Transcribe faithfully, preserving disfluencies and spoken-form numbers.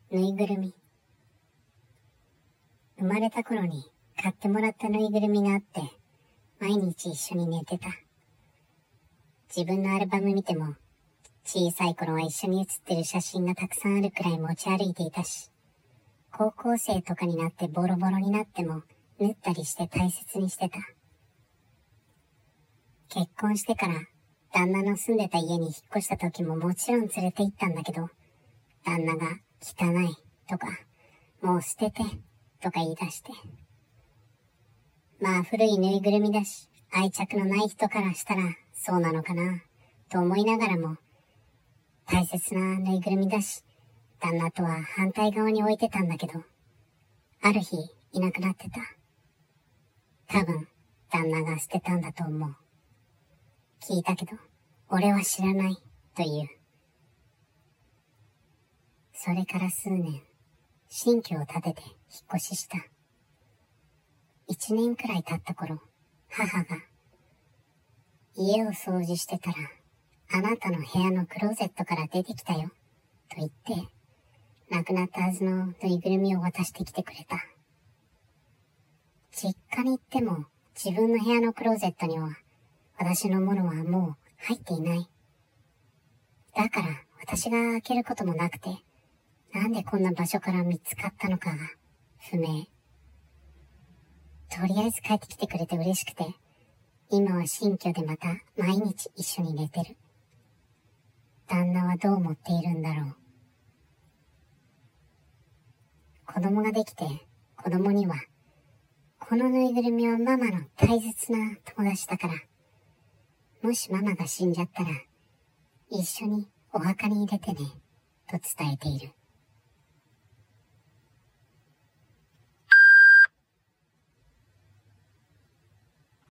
ぬいぐるみ。生まれた頃に買ってもらったぬいぐるみがあって、毎日一緒に寝てた。自分のアルバム見ても、小さい頃は一緒に写ってる写真がたくさんあるくらい持ち歩いていたし、高校生とかになってボロボロになっても縫ったりして大切にしてた。結婚してから旦那の住んでた家に引っ越した時ももちろん連れて行ったんだけど、旦那が汚いとか、もう捨ててとか言い出して。まあ古いぬいぐるみだし、愛着のない人からしたらそうなのかなと思いながらも、大切なぬいぐるみだし、旦那とは反対側に置いてたんだけど、ある日いなくなってた。多分旦那が捨てたんだと思う。聞いたけど、俺は知らないという。それから数年、新居を建てて引っ越しした。一年くらい経った頃、母が、家を掃除してたら、あなたの部屋のクローゼットから出てきたよ、と言って、亡くなったはずのぬいぐるみを渡してきてくれた。実家に行っても、自分の部屋のクローゼットには、私のものはもう入っていない。だから私が開けることもなくて、なんでこんな場所から見つかったのかが不明。とりあえず帰ってきてくれて嬉しくて、今は新居でまた毎日一緒に寝てる。旦那はどう思っているんだろう。子供ができて、子供には、このぬいぐるみはママの大切な友達だから、もしママが死んじゃったら、一緒にお墓に入れてね、と伝えている。